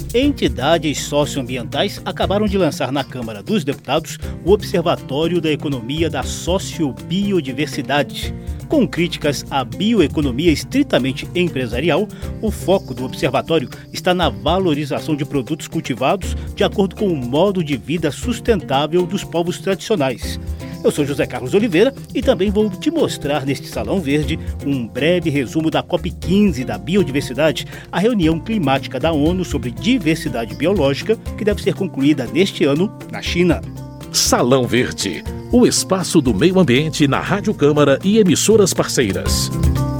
Entidades socioambientais acabaram de lançar na Câmara dos Deputados o Observatório da Economia da Sociobiodiversidade. Com críticas à bioeconomia estritamente empresarial, o foco do observatório está na valorização de produtos cultivados de acordo com o modo de vida sustentável dos povos tradicionais. Eu sou José Carlos Oliveira e também vou te mostrar neste Salão Verde um breve resumo da COP15 da biodiversidade, a reunião climática da ONU sobre diversidade biológica, que deve ser concluída neste ano na China. Salão Verde, o espaço do meio ambiente na Rádio Câmara e emissoras parceiras.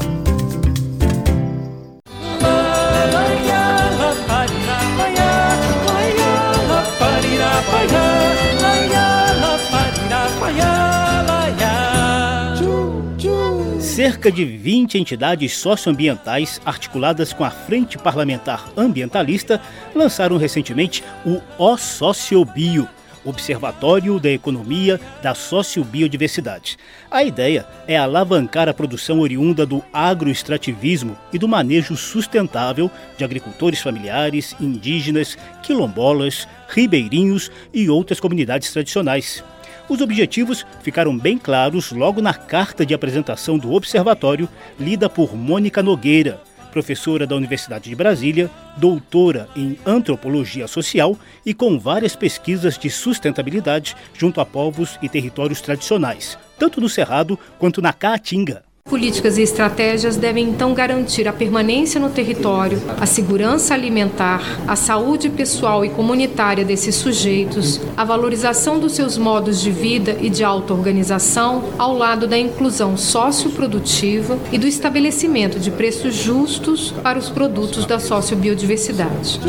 Cerca de 20 entidades socioambientais articuladas com a Frente Parlamentar Ambientalista lançaram recentemente o OSociobio, Observatório da Economia da Sociobiodiversidade. A ideia é alavancar a produção oriunda do agroextrativismo e do manejo sustentável de agricultores familiares, indígenas, quilombolas, ribeirinhos e outras comunidades tradicionais. Os objetivos ficaram bem claros logo na carta de apresentação do observatório, lida por Mônica Nogueira, professora da Universidade de Brasília, doutora em antropologia social e com várias pesquisas de sustentabilidade junto a povos e territórios tradicionais, tanto no Cerrado quanto na Caatinga. Políticas e estratégias devem então garantir a permanência no território, a segurança alimentar, a saúde pessoal e comunitária desses sujeitos, a valorização dos seus modos de vida e de auto-organização, ao lado da inclusão socioprodutiva e do estabelecimento de preços justos para os produtos da sociobiodiversidade.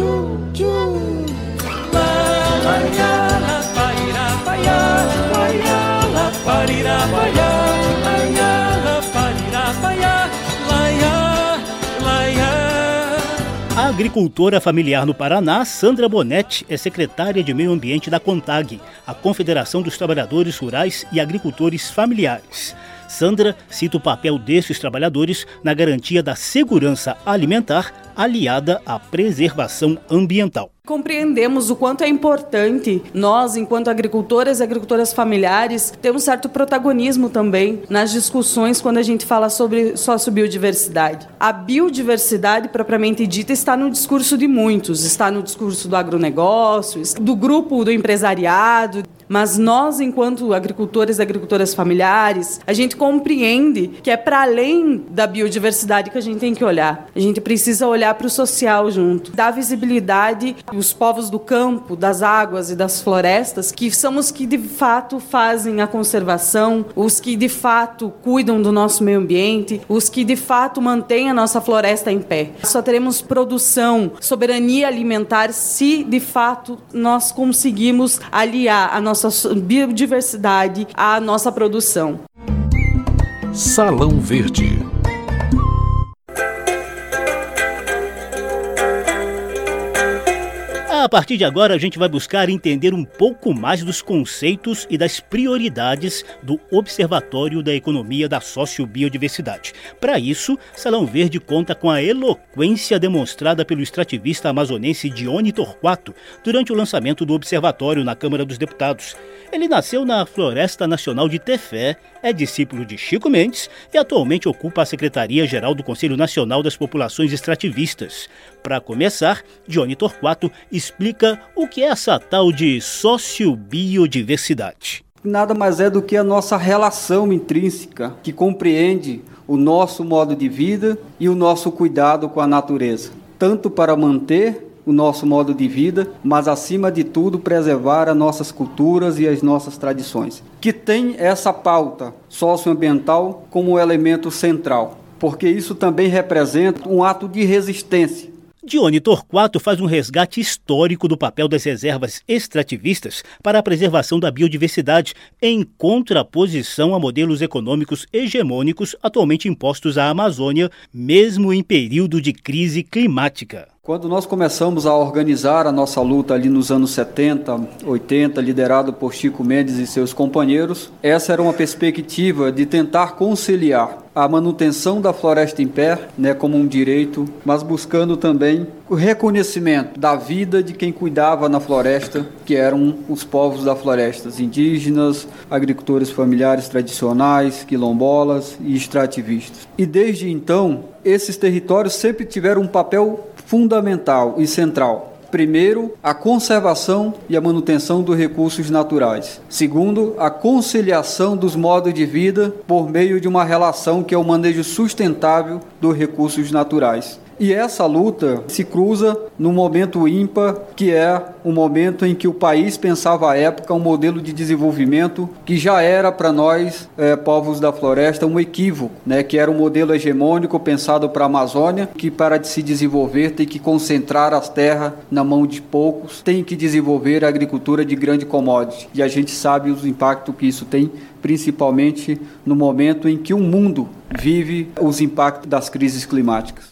A agricultora familiar no Paraná, Sandra Bonetti, é secretária de Meio Ambiente da CONTAG, a Confederação dos Trabalhadores Rurais e Agricultores Familiares. Sandra cita o papel desses trabalhadores na garantia da segurança alimentar aliada à preservação ambiental. Compreendemos o quanto é importante nós, enquanto agricultoras e agricultoras familiares, ter um certo protagonismo também nas discussões quando a gente fala sobre sociobiodiversidade. A biodiversidade, propriamente dita, está no discurso de muitos, está no discurso do agronegócio, do grupo do empresariado, mas nós, enquanto agricultores e agricultoras familiares, a gente compreende que é para além da biodiversidade que a gente tem que olhar. A gente precisa olhar para o social junto, dar visibilidade os povos do campo, das águas e das florestas, que são os que de fato fazem a conservação, os que de fato cuidam do nosso meio ambiente, os que de fato mantêm a nossa floresta em pé. Só teremos produção, soberania alimentar se de fato nós conseguimos aliar a nossa biodiversidade à nossa produção. Salão Verde. A partir de agora, a gente vai buscar entender um pouco mais dos conceitos e das prioridades do Observatório da Economia da Sociobiodiversidade. Para isso, Salão Verde conta com a eloquência demonstrada pelo extrativista amazonense Diony Torquato durante o lançamento do Observatório na Câmara dos Deputados. Ele nasceu na Floresta Nacional de Tefé, é discípulo de Chico Mendes e atualmente ocupa a Secretaria-Geral do Conselho Nacional das Populações Extrativistas. Para começar, Diony Torquato explica o que é essa tal de sociobiodiversidade. Nada mais é do que a nossa relação intrínseca, que compreende o nosso modo de vida e o nosso cuidado com a natureza, tanto para manter o nosso modo de vida, mas acima de tudo preservar as nossas culturas e as nossas tradições, que tem essa pauta socioambiental como elemento central, porque isso também representa um ato de resistência. Diony Torquato faz um resgate histórico do papel das reservas extrativistas para a preservação da biodiversidade, em contraposição a modelos econômicos hegemônicos atualmente impostos à Amazônia, mesmo em período de crise climática. Quando nós começamos a organizar a nossa luta ali nos anos 70, 80, liderado por Chico Mendes e seus companheiros, essa era uma perspectiva de tentar conciliar a manutenção da floresta em pé, como um direito, mas buscando também o reconhecimento da vida de quem cuidava na floresta, que eram os povos da floresta, indígenas, agricultores familiares tradicionais, quilombolas e extrativistas. E desde então, esses territórios sempre tiveram um papel fundamental e central. Primeiro, a conservação e a manutenção dos recursos naturais. Segundo, a conciliação dos modos de vida por meio de uma relação que é o manejo sustentável dos recursos naturais. E essa luta se cruza num momento ímpar, que é o momento em que o país pensava à época um modelo de desenvolvimento que já era para nós, povos da floresta, um equívoco, que era um modelo hegemônico pensado para a Amazônia, que para se desenvolver tem que concentrar as terras na mão de poucos, tem que desenvolver a agricultura de grande commodity. E a gente sabe os impactos que isso tem, principalmente no momento em que o mundo vive os impactos das crises climáticas.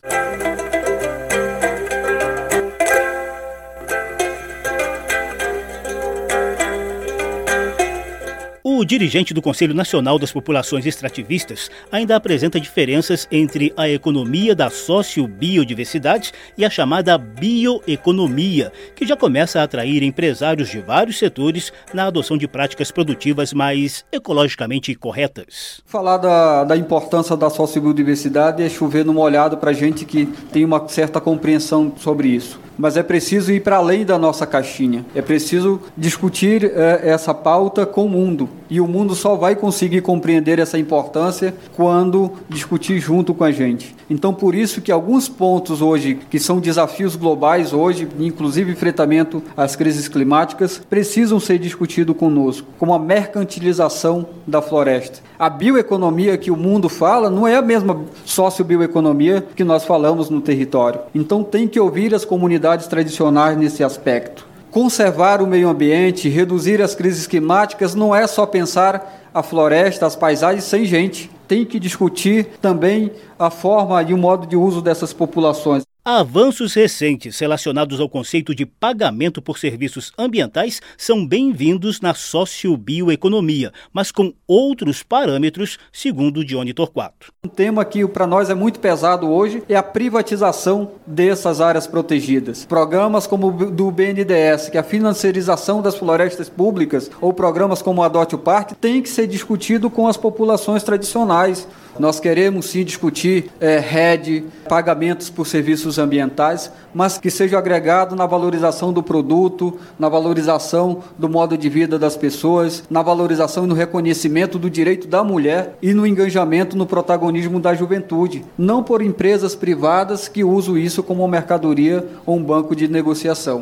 O dirigente do Conselho Nacional das Populações Extrativistas ainda apresenta diferenças entre a economia da sociobiodiversidade e a chamada bioeconomia, que já começa a atrair empresários de vários setores na adoção de práticas produtivas mais ecologicamente corretas. Falar da importância da sociobiodiversidade é chover no molhado para gente que tem uma certa compreensão sobre isso. Mas é preciso ir para além da nossa caixinha. É preciso discutir essa pauta com o mundo. E o mundo só vai conseguir compreender essa importância quando discutir junto com a gente. Então, por isso que alguns pontos hoje, que são desafios globais hoje, inclusive enfrentamento às crises climáticas, precisam ser discutidos conosco, como a mercantilização da floresta. A bioeconomia que o mundo fala não é a mesma sociobioeconomia que nós falamos no território. Então, tem que ouvir as comunidades tradicionais nesse aspecto. Conservar o meio ambiente, reduzir as crises climáticas, não é só pensar a floresta, as paisagens sem gente. Tem que discutir também a forma e o modo de uso dessas populações. Avanços recentes relacionados ao conceito de pagamento por serviços ambientais são bem-vindos na sociobioeconomia, mas com outros parâmetros, segundo Diony Torquato. Um tema que para nós é muito pesado hoje é a privatização dessas áreas protegidas. Programas como o do BNDES, que é a financiarização das florestas públicas, ou programas como o Adote o Parque, tem que ser discutido com as populações tradicionais. Nós queremos sim discutir RED, pagamentos por serviços ambientais, mas que seja agregado na valorização do produto, na valorização do modo de vida das pessoas, na valorização e no reconhecimento do direito da mulher e no engajamento no protagonismo da juventude, não por empresas privadas que usam isso como uma mercadoria ou um banco de negociação.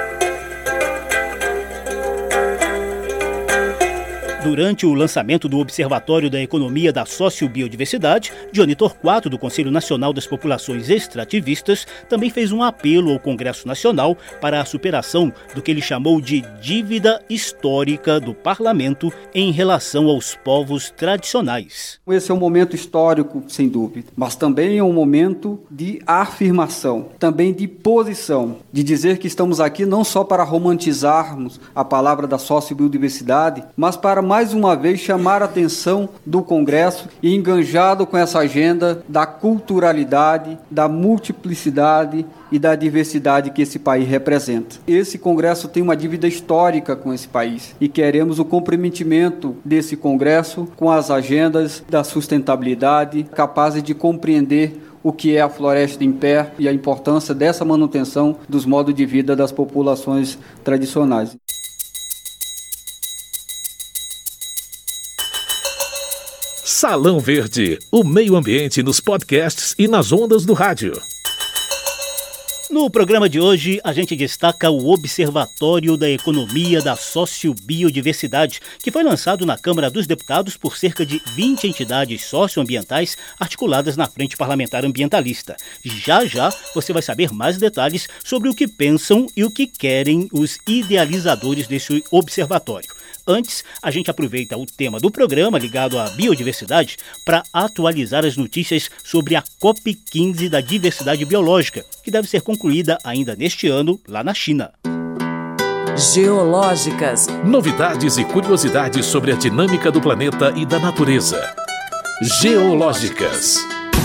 Durante o lançamento do Observatório da Economia da Sociobiodiversidade, Diony Torquato, do Conselho Nacional das Populações Extrativistas, também fez um apelo ao Congresso Nacional para a superação do que ele chamou de dívida histórica do Parlamento em relação aos povos tradicionais. Esse é um momento histórico, sem dúvida, mas também é um momento de afirmação, também de posição, de dizer que estamos aqui não só para romantizarmos a palavra da sociobiodiversidade, mas para mais uma vez chamar a atenção do Congresso e enganjado com essa agenda da culturalidade, da multiplicidade e da diversidade que esse país representa. Esse Congresso tem uma dívida histórica com esse país e queremos o comprometimento desse Congresso com as agendas da sustentabilidade, capazes de compreender o que é a floresta em pé e a importância dessa manutenção dos modos de vida das populações tradicionais. Salão Verde, o meio ambiente nos podcasts e nas ondas do rádio. No programa de hoje, a gente destaca o Observatório da Economia da Sociobiodiversidade, que foi lançado na Câmara dos Deputados por cerca de 20 entidades socioambientais articuladas na Frente Parlamentar Ambientalista. Já já você vai saber mais detalhes sobre o que pensam e o que querem os idealizadores desse observatório. Antes, a gente aproveita o tema do programa ligado à biodiversidade para atualizar as notícias sobre a COP15 da diversidade biológica, que deve ser concluída ainda neste ano lá na China. Geológicas. Novidades e curiosidades sobre a dinâmica do planeta e da natureza. Geológicas.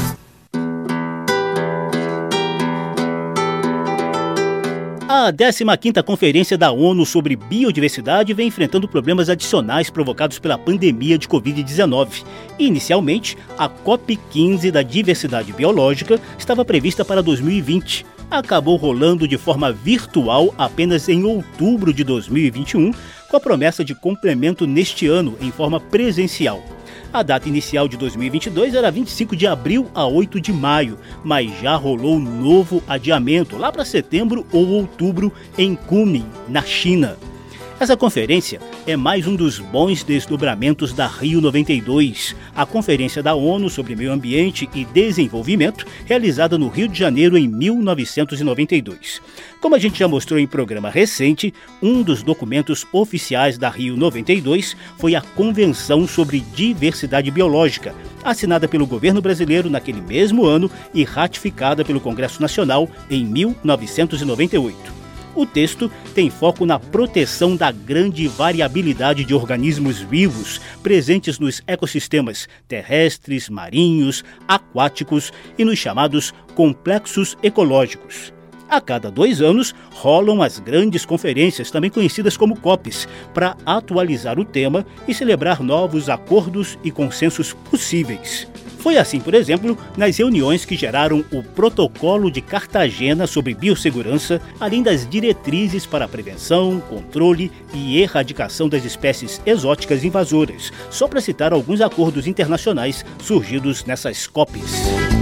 A 15ª Conferência da ONU sobre Biodiversidade vem enfrentando problemas adicionais provocados pela pandemia de Covid-19. Inicialmente, a COP15 da Diversidade Biológica estava prevista para 2020. Acabou rolando de forma virtual apenas em outubro de 2021, com a promessa de complemento neste ano em forma presencial. A data inicial de 2022 era 25 de abril a 8 de maio, mas já rolou um novo adiamento lá para setembro ou outubro em Kunming, na China. Essa conferência é mais um dos bons desdobramentos da Rio 92, a Conferência da ONU sobre Meio Ambiente e Desenvolvimento, realizada no Rio de Janeiro em 1992. Como a gente já mostrou em programa recente, um dos documentos oficiais da Rio 92 foi a Convenção sobre Diversidade Biológica, assinada pelo governo brasileiro naquele mesmo ano e ratificada pelo Congresso Nacional em 1998. O texto tem foco na proteção da grande variabilidade de organismos vivos presentes nos ecossistemas terrestres, marinhos, aquáticos e nos chamados complexos ecológicos. A cada 2 anos, rolam as grandes conferências, também conhecidas como COPs, para atualizar o tema e celebrar novos acordos e consensos possíveis. Foi assim, por exemplo, nas reuniões que geraram o Protocolo de Cartagena sobre biossegurança, além das diretrizes para a prevenção, controle e erradicação das espécies exóticas invasoras, só para citar alguns acordos internacionais surgidos nessas COPs.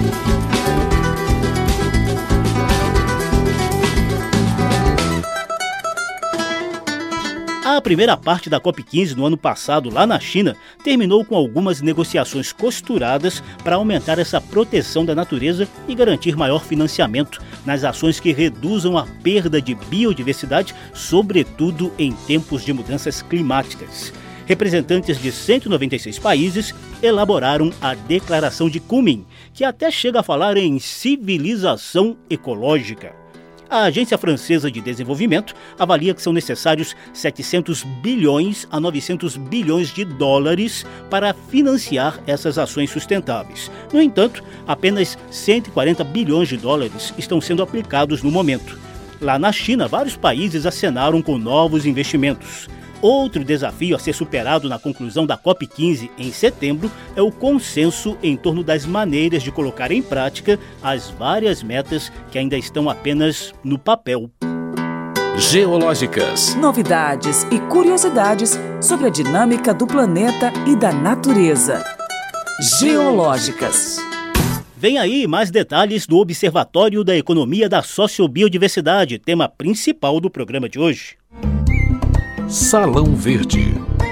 A primeira parte da COP15 no ano passado, lá na China, terminou com algumas negociações costuradas para aumentar essa proteção da natureza e garantir maior financiamento nas ações que reduzam a perda de biodiversidade, sobretudo em tempos de mudanças climáticas. Representantes de 196 países elaboraram a Declaração de Kunming, que até chega a falar em civilização ecológica. A Agência Francesa de Desenvolvimento avalia que são necessários 700 bilhões a 900 bilhões de dólares para financiar essas ações sustentáveis. No entanto, apenas 140 bilhões de dólares estão sendo aplicados no momento. Lá na China, vários países acenaram com novos investimentos. Outro desafio a ser superado na conclusão da COP15 em setembro é o consenso em torno das maneiras de colocar em prática as várias metas que ainda estão apenas no papel. Geológicas. Novidades e curiosidades sobre a dinâmica do planeta e da natureza. Geológicas. Vem aí mais detalhes do Observatório da Economia da Sociobiodiversidade, tema principal do programa de hoje. Salão Verde.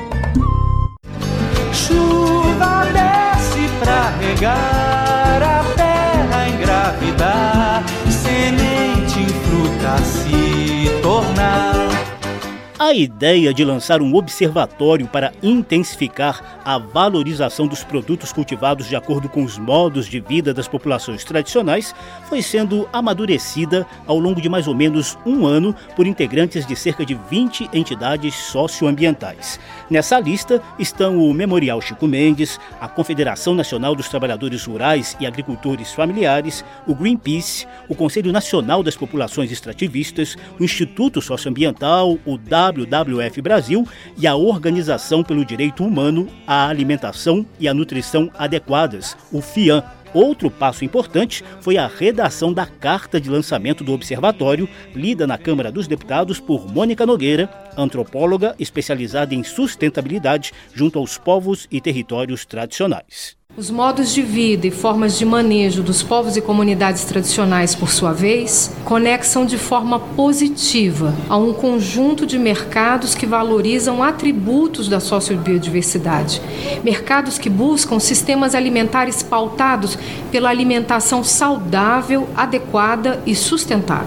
Chuva desce pra regar a terra, engravidar, semente em fruta se tornar. A ideia de lançar um observatório para intensificar a valorização dos produtos cultivados de acordo com os modos de vida das populações tradicionais foi sendo amadurecida ao longo de mais ou menos um ano por integrantes de cerca de 20 entidades socioambientais. Nessa lista estão o Memorial Chico Mendes, a Confederação Nacional dos Trabalhadores Rurais e Agricultores Familiares, o Greenpeace, o Conselho Nacional das Populações Extrativistas, o Instituto Socioambiental, o WWF Brasil e a Organização pelo Direito Humano à Alimentação e à Nutrição Adequadas, o FIAN. Outro passo importante foi a redação da carta de lançamento do observatório, lida na Câmara dos Deputados por Mônica Nogueira, antropóloga especializada em sustentabilidade junto aos povos e territórios tradicionais. Os modos de vida e formas de manejo dos povos e comunidades tradicionais, por sua vez, conexam de forma positiva a um conjunto de mercados que valorizam atributos da sociobiodiversidade. Mercados que buscam sistemas alimentares pautados pela alimentação saudável, adequada e sustentável.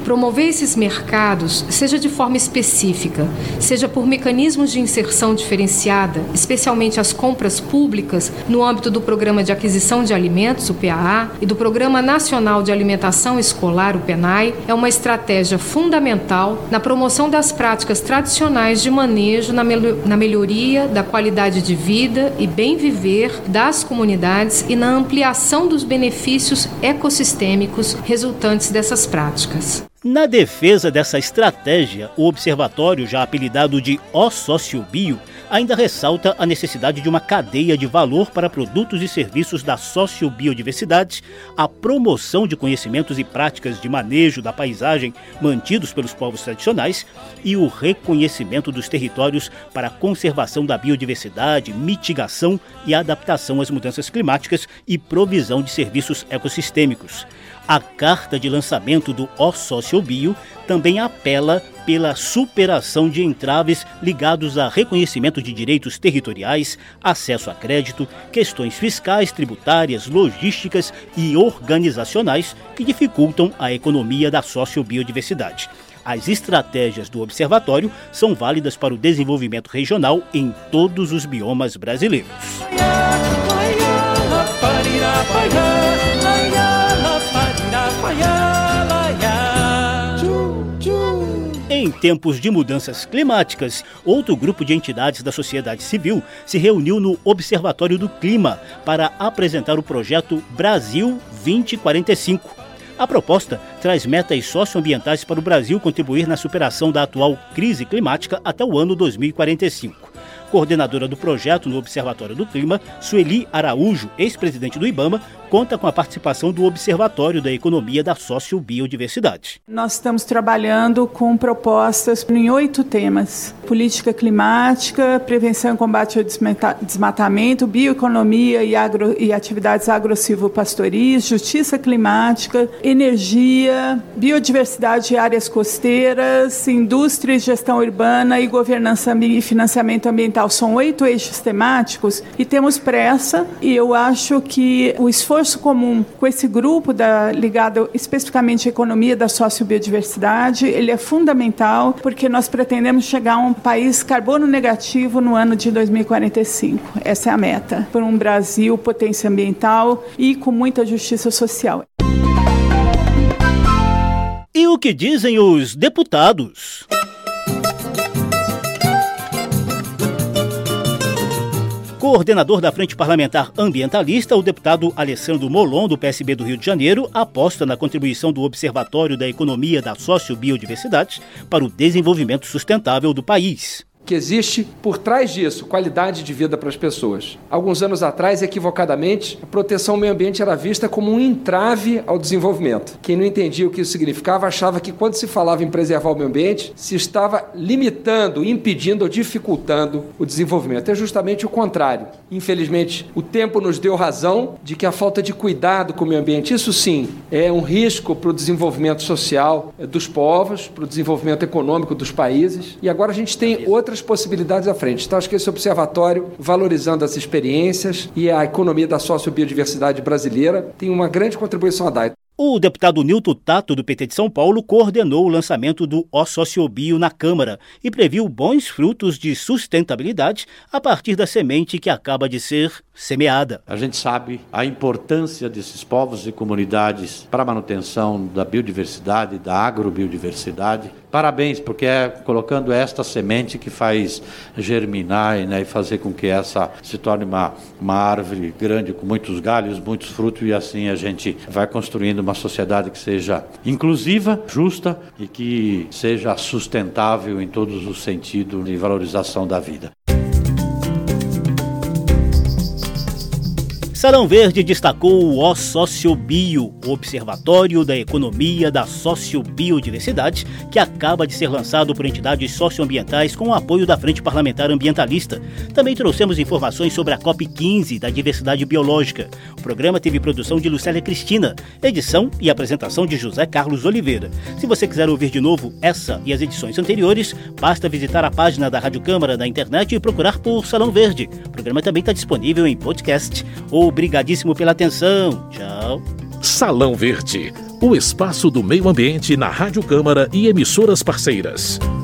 Promover esses mercados, seja de forma específica, seja por mecanismos de inserção diferenciada, especialmente as compras públicas no âmbito do Programa de Aquisição de Alimentos, o PAA, e do Programa Nacional de Alimentação Escolar, o PNAE, é uma estratégia fundamental na promoção das práticas tradicionais de manejo na melhoria da qualidade de vida e bem viver das comunidades e na ampliação dos benefícios ecossistêmicos resultantes dessas práticas. Na defesa dessa estratégia, o observatório, já apelidado de O-Sociobio, ainda ressalta a necessidade de uma cadeia de valor para produtos e serviços da sociobiodiversidade, a promoção de conhecimentos e práticas de manejo da paisagem mantidos pelos povos tradicionais e o reconhecimento dos territórios para a conservação da biodiversidade, mitigação e adaptação às mudanças climáticas e provisão de serviços ecossistêmicos. A carta de lançamento do O-Sociobio também apela pela superação de entraves ligados a reconhecimento de direitos territoriais, acesso a crédito, questões fiscais, tributárias, logísticas e organizacionais que dificultam a economia da sociobiodiversidade. As estratégias do observatório são válidas para o desenvolvimento regional em todos os biomas brasileiros. Em tempos de mudanças climáticas, outro grupo de entidades da sociedade civil se reuniu no Observatório do Clima para apresentar o projeto Brasil 2045. A proposta traz metas socioambientais para o Brasil contribuir na superação da atual crise climática até o ano 2045. Coordenadora do projeto no Observatório do Clima, Sueli Araújo, ex-presidente do IBAMA, conta com a participação do Observatório da Economia da Sociobiodiversidade. Nós estamos trabalhando com propostas em 8 temas: política climática, prevenção e combate ao desmatamento, bioeconomia e atividades agro-silvopastoris, justiça climática, energia, biodiversidade e áreas costeiras, indústria e gestão urbana e governança e financiamento ambiental. São 8 eixos temáticos e temos pressa, e eu acho que o esforço comum com esse grupo ligado especificamente à economia da sociobiodiversidade, ele é fundamental, porque nós pretendemos chegar a um país carbono negativo no ano de 2045. Essa é a meta, por um Brasil potência ambiental e com muita justiça social. E o que dizem os deputados? Coordenador da Frente Parlamentar Ambientalista, o deputado Alessandro Molon, do PSB do Rio de Janeiro, aposta na contribuição do Observatório da Economia da Sociobiodiversidade para o desenvolvimento sustentável do país. Que existe por trás disso qualidade de vida para as pessoas. Alguns anos atrás, equivocadamente, a proteção ao meio ambiente era vista como um entrave ao desenvolvimento. Quem não entendia o que isso significava achava que quando se falava em preservar o meio ambiente, se estava limitando, impedindo ou dificultando o desenvolvimento. É justamente o contrário. Infelizmente, o tempo nos deu razão de que a falta de cuidado com o meio ambiente, isso sim, é um risco para o desenvolvimento social dos povos, para o desenvolvimento econômico dos países. E agora a gente tem outras possibilidades à frente. Então, acho que esse observatório, valorizando as experiências e a economia da sociobiodiversidade brasileira, tem uma grande contribuição a dar. O deputado Nilton Tato, do PT de São Paulo, coordenou o lançamento do O-Sociobio na Câmara e previu bons frutos de sustentabilidade a partir da semente que acaba de ser semeada. A gente sabe a importância desses povos e comunidades para a manutenção da biodiversidade, da agrobiodiversidade. Parabéns, porque é colocando esta semente que faz germinar e fazer com que essa se torne uma árvore grande com muitos galhos, muitos frutos, e assim a gente vai construindo uma sociedade que seja inclusiva, justa e que seja sustentável em todos os sentidos de valorização da vida. Salão Verde destacou o O-Sociobio, o Observatório da Economia da Sociobiodiversidade, que acaba de ser lançado por entidades socioambientais com o apoio da Frente Parlamentar Ambientalista. Também trouxemos informações sobre a COP15 da diversidade biológica. O programa teve produção de Lucélia Cristina, edição e apresentação de José Carlos Oliveira. Se você quiser ouvir de novo essa e as edições anteriores, basta visitar a página da Rádio Câmara na internet e procurar por Salão Verde. O programa também está disponível em podcast. Obrigadíssimo pela atenção. Tchau. Salão Verde, o espaço do meio ambiente na Rádio Câmara e emissoras parceiras.